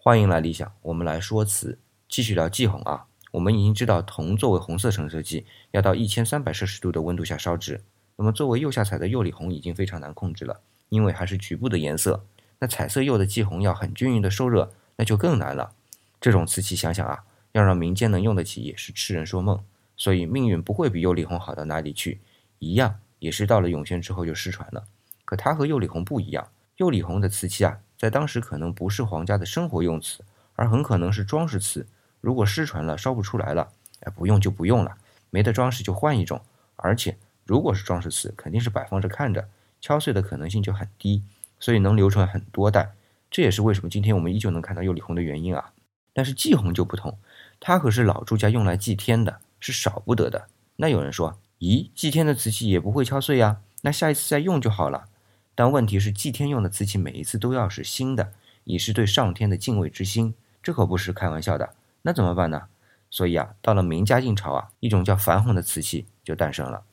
欢迎来理想，我们来说词，继续聊祭红啊。我们已经知道铜作为红色成色剂，要到1300摄氏度的温度下烧制。那么作为釉下彩的釉里红已经非常难控制了，因为还是局部的颜色。那彩色釉的祭红要很均匀的受热，那就更难了。这种瓷器想想啊，要让民间能用得起也是痴人说梦。所以命运不会比釉里红好到哪里去，一样也是到了永宣之后就失传了。可它和釉里红不一样，釉里红的瓷器啊，在当时可能不是皇家的生活用瓷，而很可能是装饰瓷。如果失传了，烧不出来了，不用就不用了，没得装饰就换一种。而且如果是装饰瓷，肯定是摆放着看着，敲碎的可能性就很低，所以能流传很多代。这也是为什么今天我们依旧能看到釉里红的原因啊。但是祭红就不同，它可是老朱家用来祭天的，是少不得的。那有人说，咦，祭天的瓷器也不会敲碎呀，那下一次再用就好了。但问题是，祭天用的瓷器每一次都要是新的，以示对上天的敬畏之心，这可不是开玩笑的。那怎么办呢？所以啊，到了明嘉靖朝啊，一种叫矾红的瓷器就诞生了。